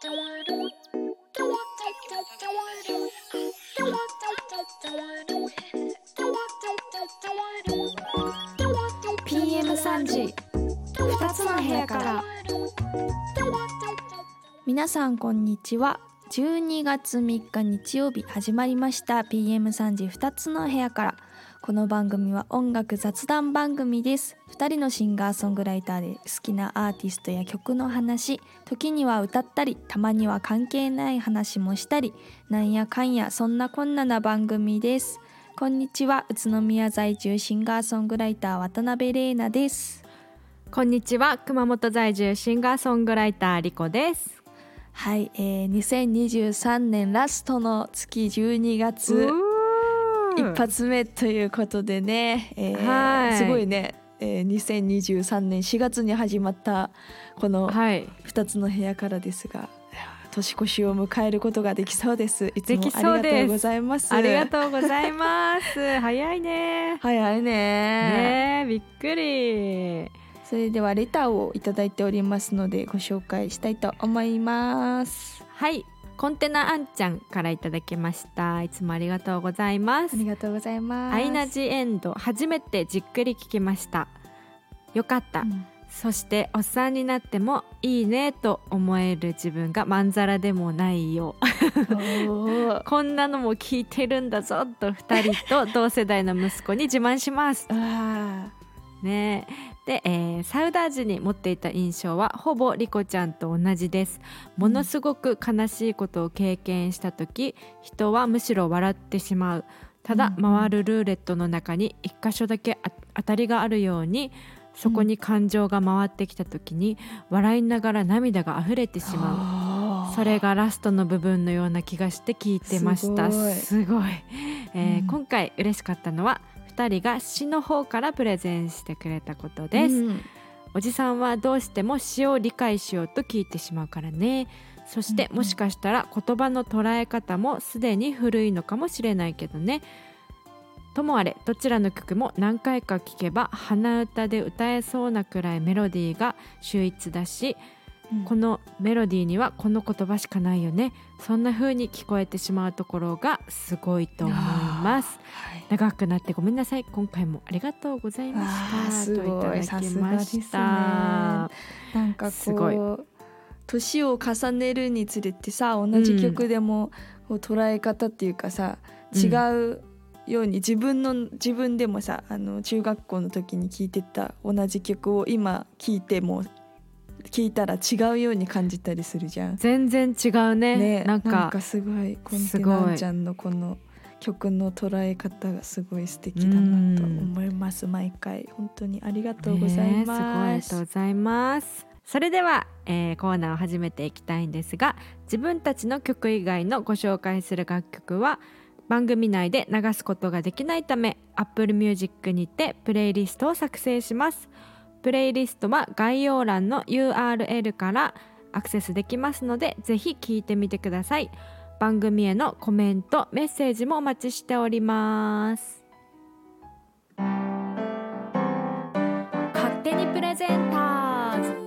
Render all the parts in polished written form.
PM3 時2つの部屋から。皆さんこんにちは。12月3日日曜日始まりました PM3 時2つの部屋から。この番組は音楽雑談番組です。2人のシンガーソングライターで好きなアーティストや曲の話、時には歌ったり、たまには関係ない話もしたり、なんやかんやそんなこんなな番組です。こんにちは。宇都宮在住シンガーソングライター渡辺玲奈です。 こんにちは。熊本在住シンガーソングライターリコです。 はい、2023年ラストの月12月一発目ということでね、すごいね、2023年4月に始まったこの2つの部屋からですが、年越しを迎えることができそうです。いつもありがとうございます。 ありがとうございます早いね。 早いね。 びっくり。 それではレターをいただいておりますのでご紹介したいと思います。 はい、コンテナあんちゃんからいただきました。いつもありがとうございます。 ありがとうございます。 アイナ・ジ・エンド初めてじっくり聞きました。よかった、そしておっさんになってもいいねと思える自分がまんざらでもないよこんなのも聞いてるんだぞと2人と同世代の息子に自慢しますね。で、サウダージに持っていた印象はほぼリコちゃんと同じです。ものすごく悲しいことを経験した時、人はむしろ笑ってしまう。ただ回るルーレットの中に一箇所だけ当たりがあるように、そこに感情が回ってきた時に笑いながら涙が溢れてしまう。それがラストの部分のような気がして聞いてました。すごい、今回嬉しかったのは2人が詩の方からプレゼンしてくれたことです、おじさんはどうしても詩を理解しようと聞いてしまうからね。そしてもしかしたら言葉の捉え方もすでに古いのかもしれないけどね。ともあれどちらの曲も何回か聴けば鼻歌で歌えそうなくらいメロディーが秀逸だし、このメロディーにはこの言葉しかないよね、そんな風に聞こえてしまうところがすごいと思います、長くなってごめんなさい。今回もありがとうございましたすごい、さすがですね。なんかこう年を重ねるにつれてさ、同じ曲でも捉え方っていうかさ、違うように自分でもさ、中学校の時に聴いてた同じ曲を今聴いても聞いたら違うように感じたりするじゃん。 全然違う ね。なんかすごいコンテナちゃんのこの曲の捉え方がすごい素敵だなと思います。毎回本当にありがとうございます、 すごいありがとうございます。それでは、コーナーを始めていきたいんですが、自分たちの曲以外のご紹介する楽曲は番組内で流すことができないため Apple Music にてプレイリストを作成します。プレイリストは概要欄の URL からアクセスできますので、ぜひ聞いてみてください。番組へのコメント、メッセージもお待ちしております。勝手にプレゼンターズ。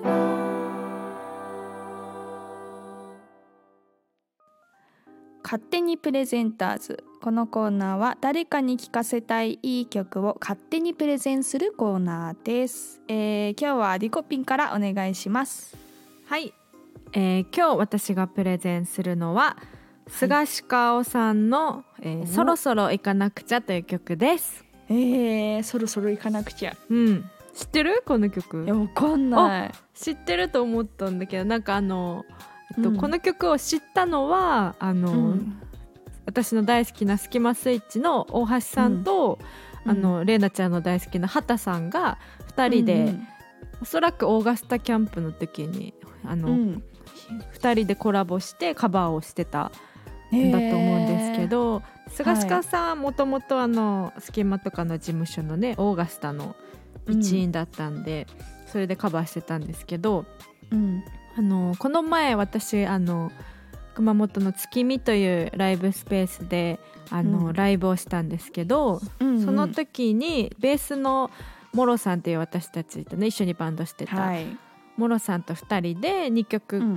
勝手にプレゼンターズ。このコーナーは誰かに聴かせたいいい曲を勝手にプレゼンするコーナーです、今日はリコピンからお願いします。 はい、今日私がプレゼンするのは菅氏香さんの、そろそろ行かなくちゃという曲です。 そろそろ行かなくちゃ、 知ってるこの曲？ いやわかんない。 知ってると思ったんだけど、なんかこの曲を知ったのは私の大好きなスキマスイッチの大橋さんと、玲奈ちゃんの大好きな畑さんが2人で、おそらくオーガスタキャンプの時に2人でコラボしてカバーをしてたんだと思うんですけど、菅氏香さんはもともとスキマとかの事務所のねオーガスタの一員だったんで、それでカバーしてたんですけど、この前私熊本の月見というライブスペースでライブをしたんですけど、その時にベースのモロさんっていう私たちとね一緒にバンドしてた、モロさんと2人で2曲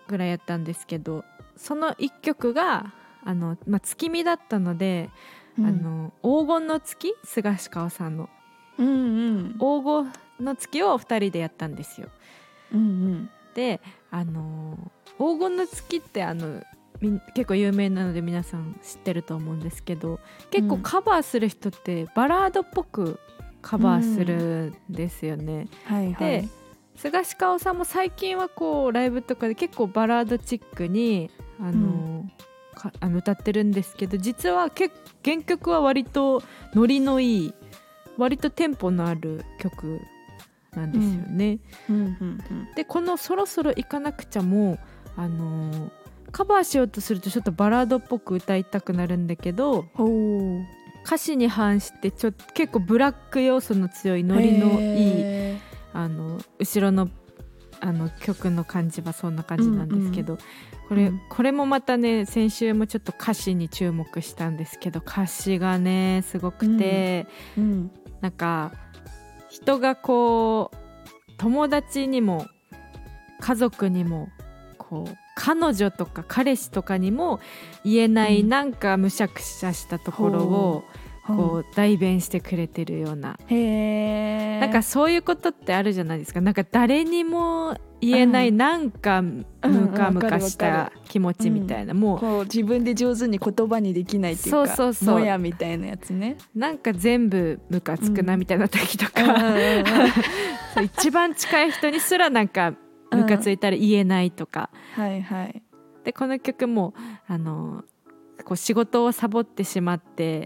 ぐらいやったんですけど、その1曲が月見だったので、黄金の月、菅氏香さんの、黄金の月を2人でやったんですよ。で黄金の月って結構有名なので皆さん知ってると思うんですけど、結構カバーする人ってバラードっぽくカバーするんですよね。で菅氏香さんも最近はこうライブとかで結構バラードチックに歌ってるんですけど、実は原曲は割とノリのいい、割とテンポのある曲なんですよね。でこのそろそろ行かなくちゃもカバーしようとするとちょっとバラードっぽく歌いたくなるんだけど、歌詞に反して結構ブラック要素の強いノリのいい後ろの曲の感じはそんな感じなんですけど、これもまたね、先週もちょっと歌詞に注目したんですけど、歌詞がねすごくて、なんか人がこう友達にも家族にもこう彼女とか彼氏とかにも言えない、なんかむしゃくしゃしたところをこう代弁してくれてるような、なんかそういうことってあるじゃないですか。なんか誰にも言えない、なんかムカムカした気持ちみたいな、もうこう自分で上手に言葉にできないっていうか、もやみたいなやつね。 なんか全部ムカつくなみたいな時とか、一番近い人にすらなんかムカついたら言えないとか、でこの曲もこう仕事をサボってしまって、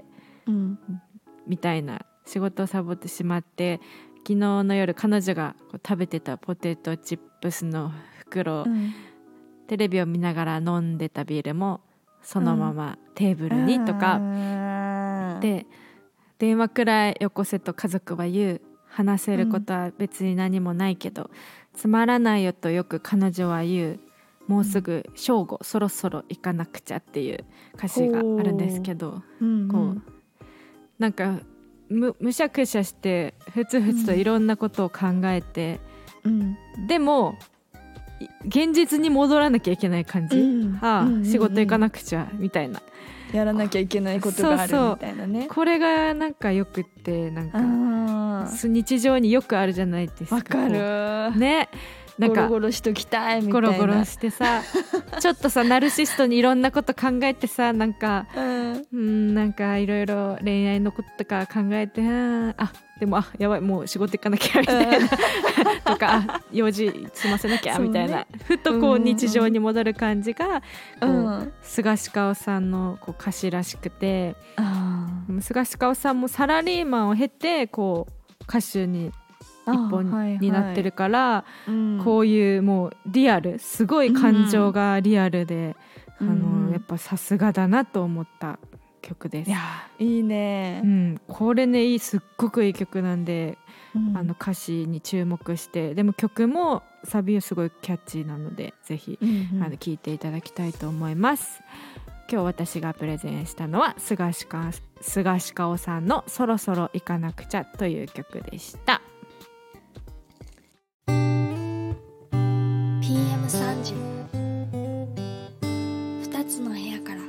みたいな、仕事をサボってしまって昨日の夜彼女がこう食べてたポテトチップスの袋、テレビを見ながら飲んでたビールもそのままテーブルにとか、で電話くらいよこせと家族は言う、話せることは別に何もないけど、つまらないよとよく彼女は言う、もうすぐ正午、そろそろ行かなくちゃっていう歌詞があるんですけど、こうなんかむしゃくしゃしてふつふつといろんなことを考えて、でも現実に戻らなきゃいけない感じ、仕事行かなくちゃみたいな、 やらなきゃいけないことがあるみたいなね。 これがなんかよくって、なんか日常によくあるじゃないですか。 わかるね。なんかゴロゴロしときたいみたいな、 ゴロゴロしてさちょっとさナルシストにいろんなこと考えてさ、なんか、なんかいろいろ恋愛のこととか考えて、でもやばい、もう仕事行かなきゃみたいなとか用事済ませなきゃみたいな、ふとこう日常に戻る感じが菅氏香さんのこう歌詞らしくて、菅氏香さんもサラリーマンを経てこう歌手に一本になってるから、こういうもうリアル、すごい感情がリアルで、やっぱさすがだなと思った曲です。 いやいいね、 これねすっごくいい曲なんで、歌詞に注目して、でも曲もサビはすごいキャッチーなのでぜひ、聴いていただきたいと思います。今日私がプレゼンしたのは菅氏香さんのそろそろ行かなくちゃという曲でした。 PM3時2つの部屋から。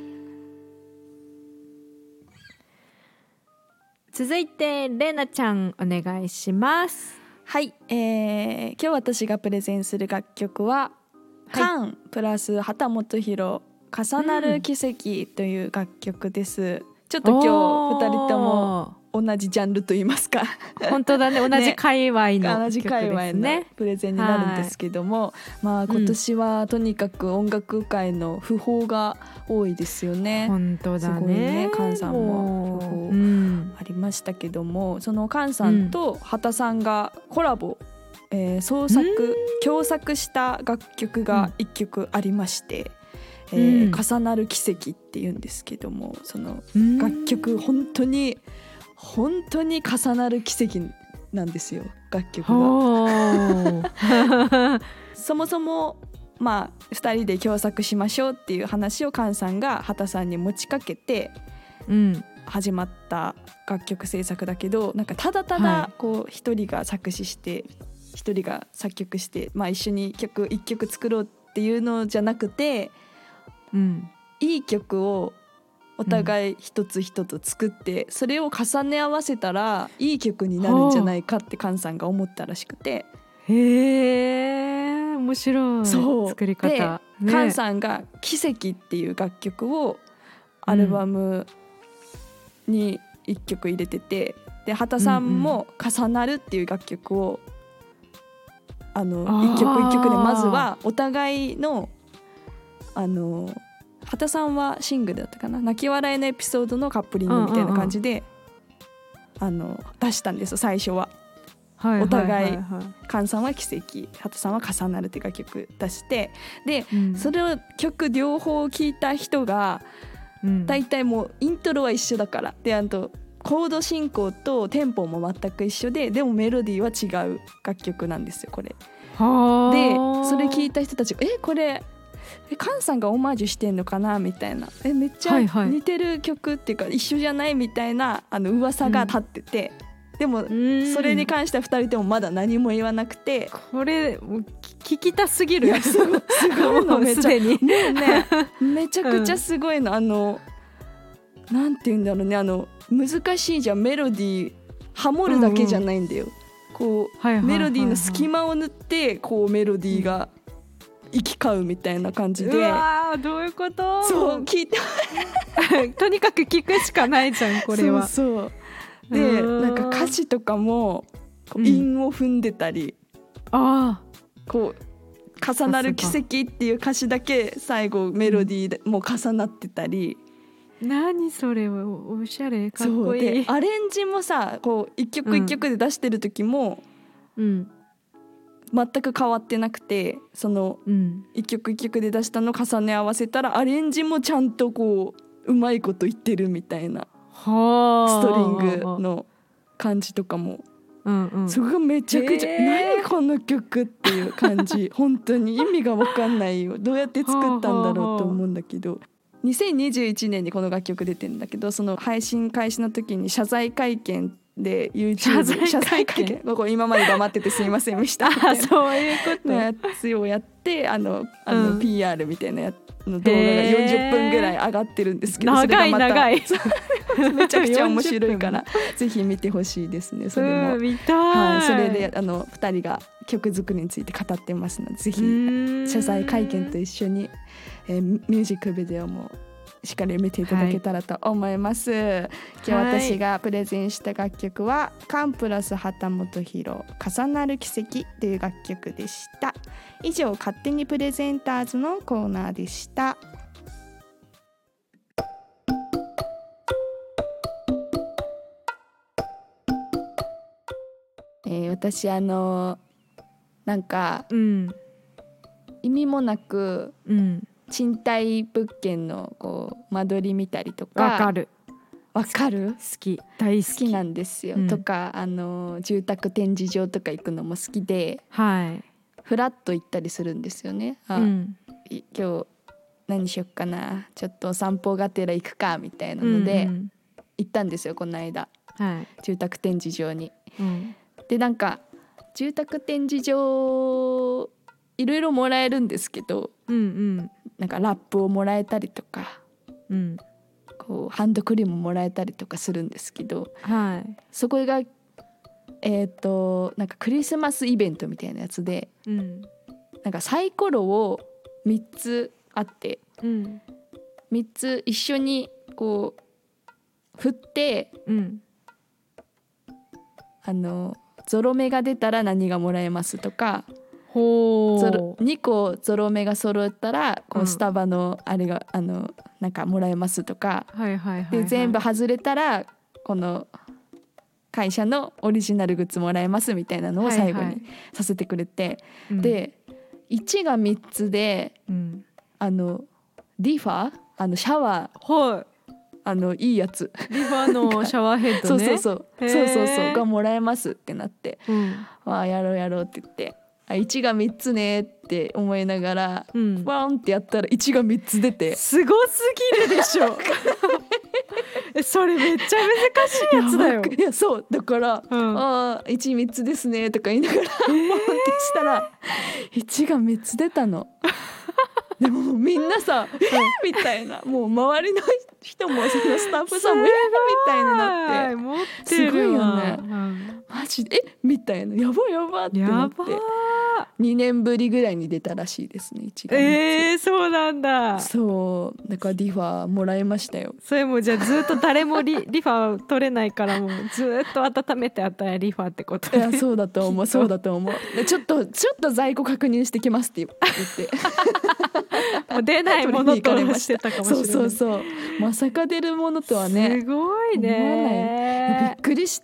続いてれなちゃんお願いします。 はい、今日私がプレゼンする楽曲は、カンプラス畑基博重なる奇跡という楽曲です。ちょっと今日2人とも同じジャンルといいますか本当だね、同じ界隈の曲ですね。 同じ界隈のプレゼンになるんですけども、今年はとにかく音楽界の訃報が多いですよね。 本当だね。 すごいね、カンさんも訃報ありましたけども、そのカンさんと畑さんがコラボ、共作した楽曲が1曲ありまして、重なる奇跡っていうんですけども、その楽曲本当に重なる奇跡なんですよ、楽曲がそもそも2人で共作しましょうっていう話をカンさんが畑さんに持ちかけて始まった楽曲制作だけど、なんかただただこう一人が作詞して一人が作曲して、一緒に1曲作ろうっっていうのじゃなくて、いい曲をお互い一つ一つ作って、それを重ね合わせたらいい曲になるんじゃないかって菅さんが思ったらしくて、 へー、面白い作り方で、菅さんが奇跡っていう楽曲をアルバムに一曲入れてて、で畑さんも重なるっていう楽曲を一曲一曲でまずはお互いの畑さんはシングルだったかな、泣き笑いのエピソードのカップリングみたいな感じで、出したんですよ最初は。お互い菅さんは奇跡、畑さんは重なるっていう楽曲出して、で、それを曲両方聴いた人がだいたいもうイントロは一緒だから、でコード進行とテンポも全く一緒で、でもメロディーは違う楽曲なんですよこれで。それ聞いた人たちがこれ菅さんがオマージュしてんのかなみたいな、めっちゃ似てる曲っていうか一緒じゃないみたいな噂が立ってて、でもそれに関しては2人ともまだ何も言わなくて、 これ聞きたすぎる。 すごいのめちゃもうねめちゃくちゃすごいの、なんて言うんだろうね、難しいじゃんメロディーハモるだけじゃないんだよ、こうメロディーの隙間を縫ってこうメロディーが行き交うみたいな感じで、 うわーどういうこと？ そう聞いてとにかく聞くしかないじゃんこれは。 そうでなんか歌詞とかも韻を踏んでたり、こう重なる奇跡っていう歌詞だけ最後メロディーでもう重なってたり、 何それおしゃれかっこいい。 でアレンジもさこう一曲一曲で出してる時も、全く変わってなくて、その一曲一曲で出したの重ね合わせたらアレンジもちゃんとこううまいこと言ってるみたいな、ストリングの感じとかも、そこがめちゃくちゃ何この曲っていう感じ本当に意味が分かんないよ、どうやって作ったんだろうと思うんだけど、2021年にこの楽曲出てるんだけど、その配信開始の時に謝罪会見で YouTube 謝罪会見ここ今まで黙っててすいませんでしたみたいなそういうことやつをやってPR みたいなの動画が40分ぐらい上がってるんですけど、 長いそれがまた長いめちゃくちゃ面白いからぜひ見てほしいですね。それも見たい、 それで2人が曲作りについて語ってますので、ぜひ謝罪会見と一緒に、ミュージックビデオもしっかり見ていただけたらと思います。今日私がプレゼンした楽曲はカンプラス旗本博重なる奇跡という楽曲でした。以上勝手にプレゼンターズのコーナーでした。私なんか、意味もなく、賃貸物件のこう間取り見たりとか、 わかる好き大好きなんですよ、とか住宅展示場とか行くのも好きで、フラッと行ったりするんですよね。今日何しよっかな、ちょっとお散歩がてら行くかみたいなので、行ったんですよこの間、住宅展示場に、でなんか住宅展示場いろいろもらえるんですけど、なんかラップをもらえたりとか、こうハンドクリームもらえたりとかするんですけど、そこがなんかクリスマスイベントみたいなやつで、なんかサイコロを3つあって、3つ一緒にこう振って、ゾロ目が出たら何がもらえますとか、2個ゾロ目が揃ったらこうスタバのあれがなんかもらえますとか、で全部外れたらこの会社のオリジナルグッズもらえますみたいなのを最後にさせてくれて、で1が3つで、リファシャワー、いいやつリファのシャワーヘッドねそうがもらえますってなって、やろうって言って、1が3つねって思いながら、ワンってやったら1が3つ出て、 すごすぎるでしょそれめっちゃ難しいやつだよ。 いやそうだから、1、3つですねとか言いながらポンってしたら1が3つ出たのでもみんなさみたいな、もう周りの人もそのスタッフさんもみたいになって持ってるわ。 すごいよね、 うん、 マジでみたいな、やばやばってなってやば 2年ぶりぐらいに出たらしいですね、1月。 そうなんだ。 そうだからリファもらいましたよ。 それもじゃあずっと誰もリファ取れないからもうずっと温めて与えリファってことね。 いやそうだと思うそうだと思う。でちょっと在庫確認してきますって言ってもう出ないものとしてたかもしれない。 そうまさか出るものとはね、 すごいね。 びっくりして、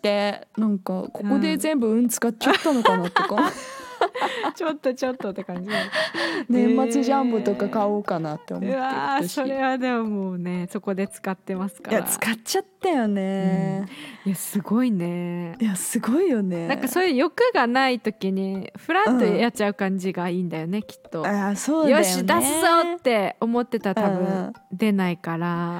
なんかここで全部運使っちゃったのかなとか、 ちょっとって感じ。 年末ジャンボとか買おうかなって思って、 それはでももうねそこで使ってますから。 いや使っちゃったよね、 いやすごいね。 いやすごいよね。 なんかそういう欲がない時にフラッとやっちゃう感じがいいんだよね、きっと。 そうだよね、 よし出すぞって思ってたら多分出ないから、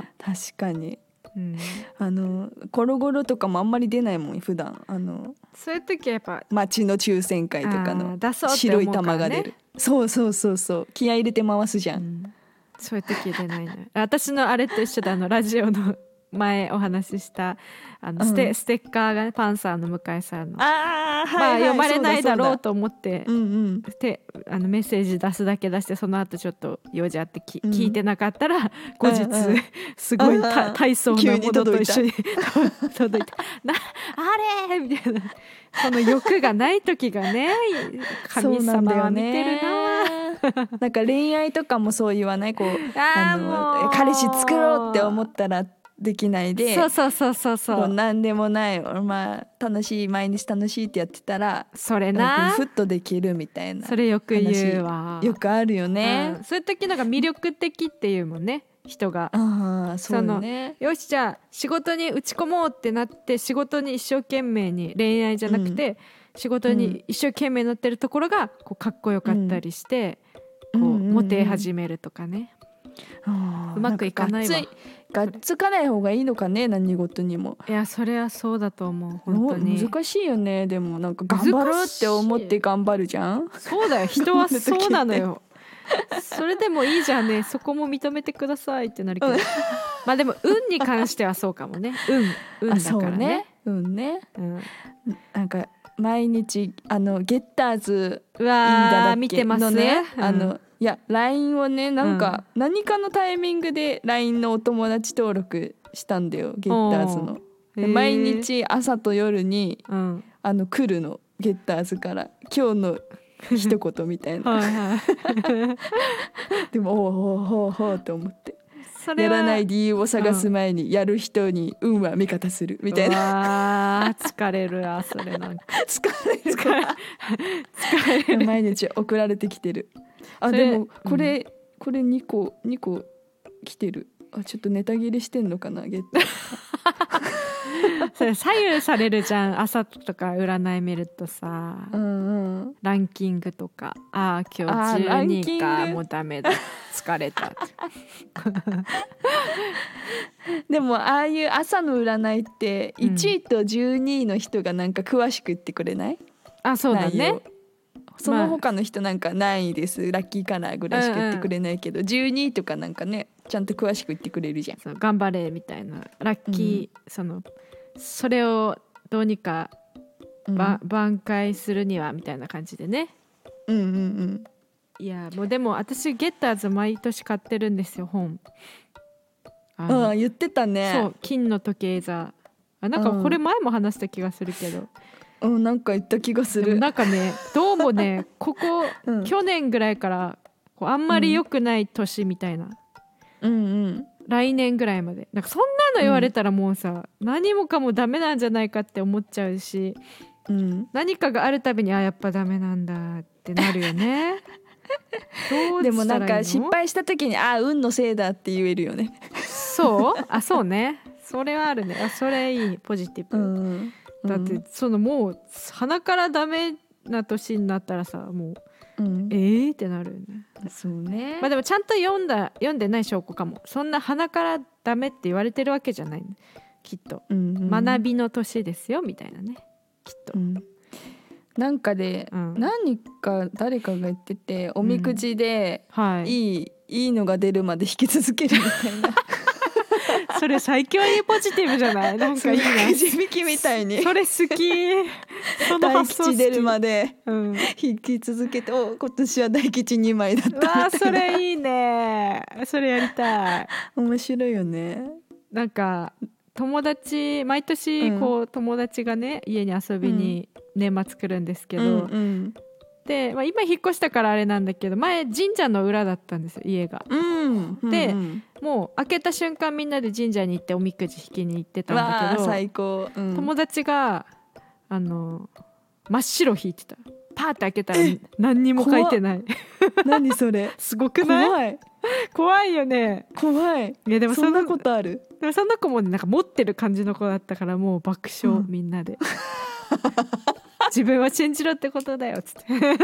確かに、コロゴロとかもあんまり出ないもん普段。 そういう時はやっぱ街の抽選会とかの出そうって白い思うからね。 玉が出る。そう気合い入れて回すじゃん、 そういう時出ないのよ。私のあれと一緒でラジオの前お話ししたステッカーがね、パンサーの向井さんの読まれないだろうと思って、でメッセージ出すだけ出して、その後ちょっと用事あって聞いてなかったら後日すごい大層なものと一緒に届いてあれみたいな。その欲がない時がね、神様は見てるな。 なんか恋愛とかもそう言わない？こう彼氏作ろうって思ったらできないで、そう何でもない、楽しい、毎日楽しいってやってたらそれなふっとできるみたいな。 それよく言うわ。 よくあるよね、 そういう時のが魅力的っていうもんね、人が。 そうね。 よしじゃあ仕事に打ち込もうってなって、仕事に一生懸命に、恋愛じゃなくて、仕事に一生懸命になってるところがこうかっこよかったりして、こうモテ始めるとかね、うまくいかないわ。 がっつかない方がいいのかね、何事にも。 いやそれはそうだと思う。本当に難しいよね。でもなんか頑張ろうって思って頑張るじゃん。 そうだよ、人はそうなのよそれでもいいじゃんね、そこも認めてくださいってなるけどまあでも運に関してはそうかもね。運だからね。 運ね、なんか毎日ゲッターズうわー見てますね。 いや LINE をね、なんか何かのタイミングで LINE のお友達登録したんだよ、ゲッターズの。毎日朝と夜に、来るの、ゲッターズから今日の一言みたいなでもほうって思って、やらない理由を探す前に、やる人に運は味方するみたいな。 疲れるわそれ。なんか疲れる毎日送られてきてる。でもこれ2個来てる。ちょっとネタ切れしてんのかな、ゲットそれ左右されるじゃん、朝とか占い見るとさ、ランキングとか、今日12か、もうダメだ疲れたでもああいう朝の占いって1位と12位の人がなんか詳しく言ってくれない？ そうだね。 その他の人なんか何位です、ラッキーカラーぐらいしか言ってくれないけど、12位とかなんかね、ちゃんと詳しく言ってくれるじゃん。 そう頑張れみたいな、ラッキー、それをどうにか挽回するにはみたいな感じでね。いやもうでも私ゲッターズ毎年買ってるんですよ、本。 言ってたね。 そう、金の時計座。なんかこれ前も話した気がするけど、 なんか言った気がする。 なんかね、どうもねここ、去年ぐらいからこうあんまり良くない年みたいな、来年ぐらいまでなんかそんなの言われたらもうさ、何もかもダメなんじゃないかって思っちゃうし、何かがあるたびにやっぱダメなんだってなるよねでもなんか失敗した時に運のせいだって言えるよね。 そうね、それはあるね。それいい、ポジティブ、だってもう鼻からダメな年になったらさ、もうってなるよね。 そうね。 でもちゃんと読んでない証拠かも。そんな鼻からダメって言われてるわけじゃない、きっと、学びの年ですよみたいなね、きっと。なんかで、 何か誰かが言ってて、おみくじでいいいのが出るまで引き続けるみたいなそれ最強にポジティブじゃない？なんかいいな。 くじ引きみたいにそれ好き。その大発想好き。 吉出るまでうん、 引き続けて、お今年は大吉2枚だったみたいな。 わあそれいいね。それやりたい。 面白いよね。 なんか友達毎年こう、友達がね家に遊びに年末来るんですけど、 うんうんで、今引っ越したからあれなんだけど、前神社の裏だったんですよ家が。で、もう開けた瞬間みんなで神社に行っておみくじ引きに行ってたんだけど、 最高、 友達が真っ白引いてた。パーって開けたら何にも書いてない。 何それすごくない？怖いよね。 怖い。 いやでもそんなことある？ でもその子もね、なんか持ってる感じの子だったからもう爆笑、みんなで自分は信じろってことだよっつって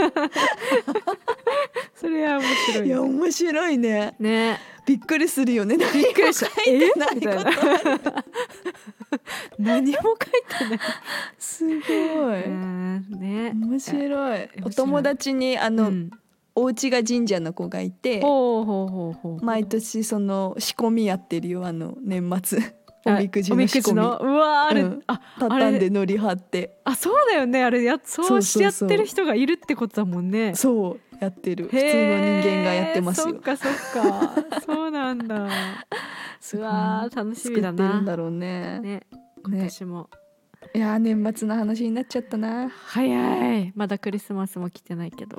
それは面白い、ね、 いや面白いね。 ね、 びっくりするよね。 びっくりした。 何も書いてないことある何も書いてないすごい、 ね、 面白い。お友達にお家が神社の子がいて、毎年その仕込みやってるよ。年末おみくじの仕込み。 うわあれ、 畳んでのり貼って。 そうだよね。あれそうしやってる人がいるってことだもんね。 そうやってる。普通の人間がやってますよ。 そっかそうなんだ。うわ楽しみだな。 作ってるんだろうね。 今年も、 いや年末の話になっちゃったな。 早い。まだクリスマスも来てないけど。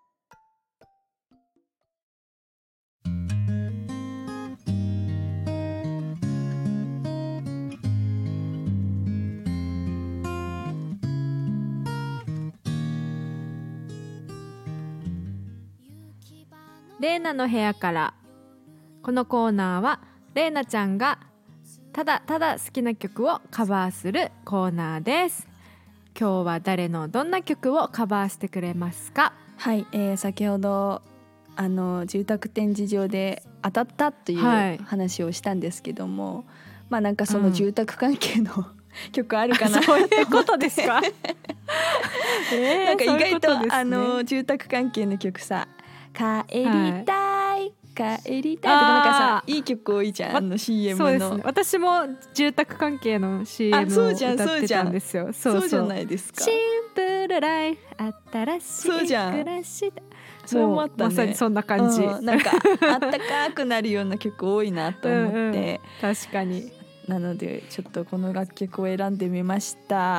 レイナの部屋から。このコーナーはレイナちゃんがただただ好きな曲をカバーするコーナーです。今日は誰のどんな曲をカバーしてくれますか？ はい、先ほど住宅展示場で当たったという話をしたんですけども、なんかその住宅関係の、曲あるかなそういうことですか？ なんか意外と住宅関係の曲さ、帰りたい、帰りたいとかなんかさ、いい曲多いじゃん、CM の。 そうですね。私も住宅関係の CM を歌ってたんですよ。 そうじゃないですか。 シンプルライフ、新しい暮らしだ。 それもあったね。 まさにそんな感じ。 なんかあったかくなるような曲多いなと思って。 確かに。 なのでちょっとこの楽曲を選んでみました。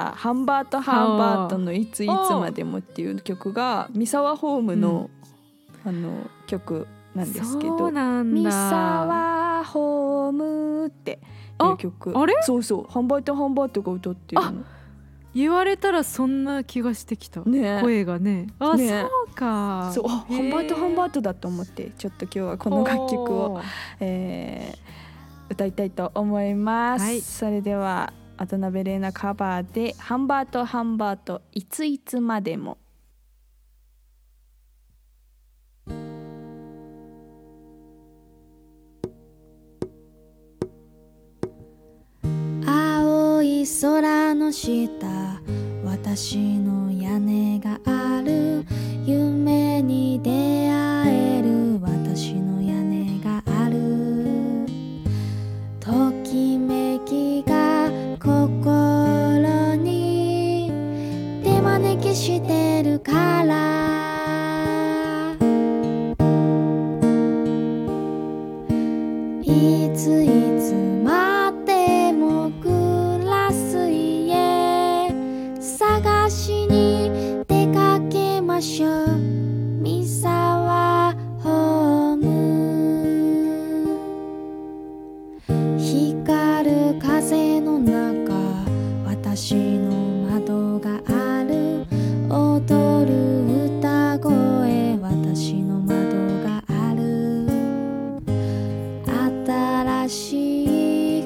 ハンバートのいついつまでもっていう曲が三沢ホームの、曲なんですけど、 そうなんだ。 三沢ホームっていう曲。 あれ？ そうハンバートが歌ってるの。 言われたらそんな気がしてきた、声がね。そうか。 そうハンバートだと思って、ちょっと今日はこの楽曲を、歌いたいと思います、それでは渡辺玲奈カバーでハンバートいついつまでも。青い空の下、私の屋根がある。夢に出会える私の屋根がある。ときめきが心に手招きしてるから、いついつまでも暮らす家探しに出かけましょう。三沢ホーム。光る風の中、私の窓がある。踊る歌声、私の窓がある。新しい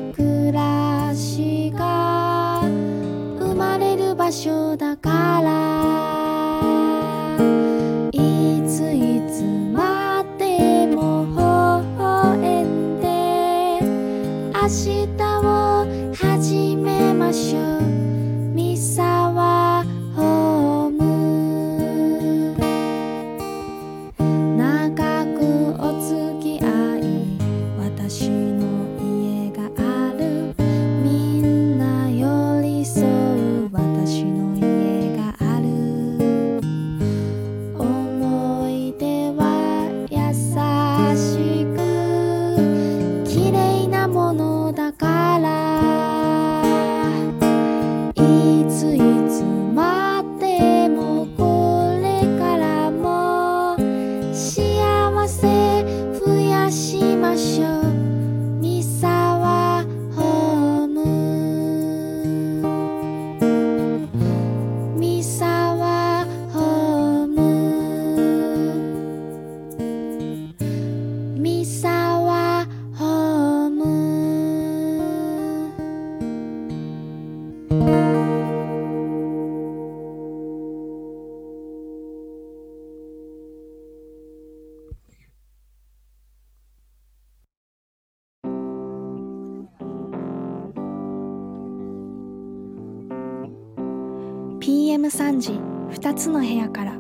沢ホーム。PM3 時2つの部屋から。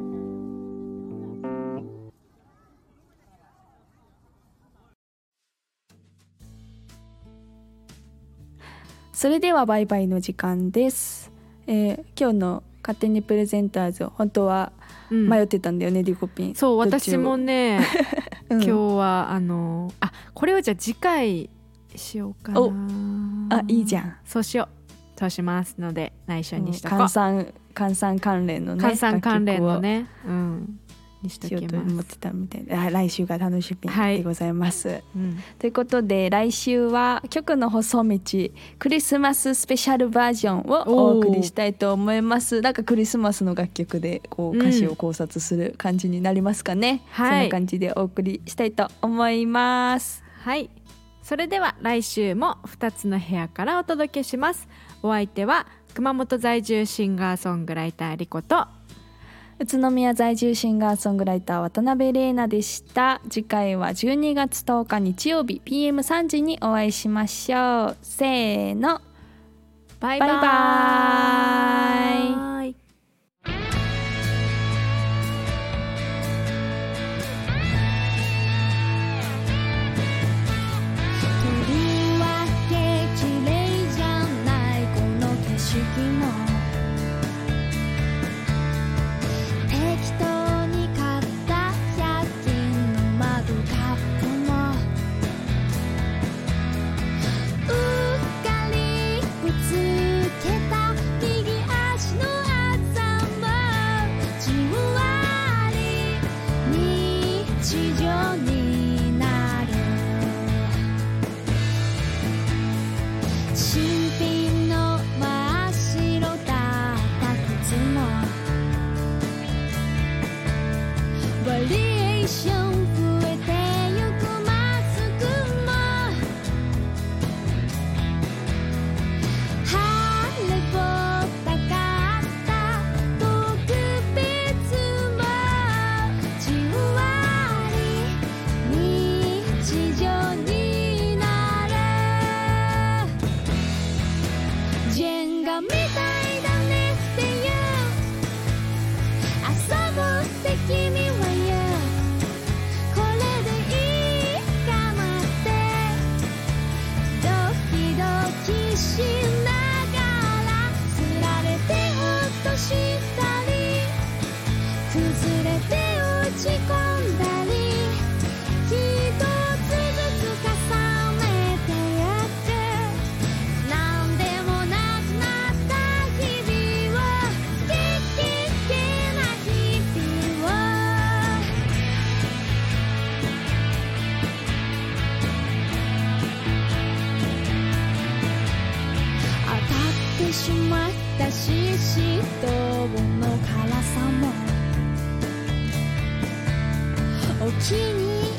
それではバイバイの時間です。今日の勝手にプレゼンターズ本当は迷ってたんだよね、リコピン。 そう、私もね、今日はこれをじゃあ次回しようかな。 いいじゃん。 そうしますので内緒にしとこう。 換算関連のね、 換算関連のね、にしときます。 しようと思ってたみたいで、来週が楽しみでございます、ということで来週は曲の細道クリスマススペシャルバージョンをお送りしたいと思います。なんかクリスマスの楽曲でこう歌詞を考察する感じになりますかね、そんな感じでお送りしたいと思います。 はい、それでは来週も2つの部屋からお届けします。お相手は熊本在住シンガーソングライターリコと宇都宮在住シンガーソングライター渡辺玲奈でした。次回は12月10日日曜日 PM3 時にお会いしましょう。せーの、バイバイ。しまったし、ストーブの辛さもお気に入り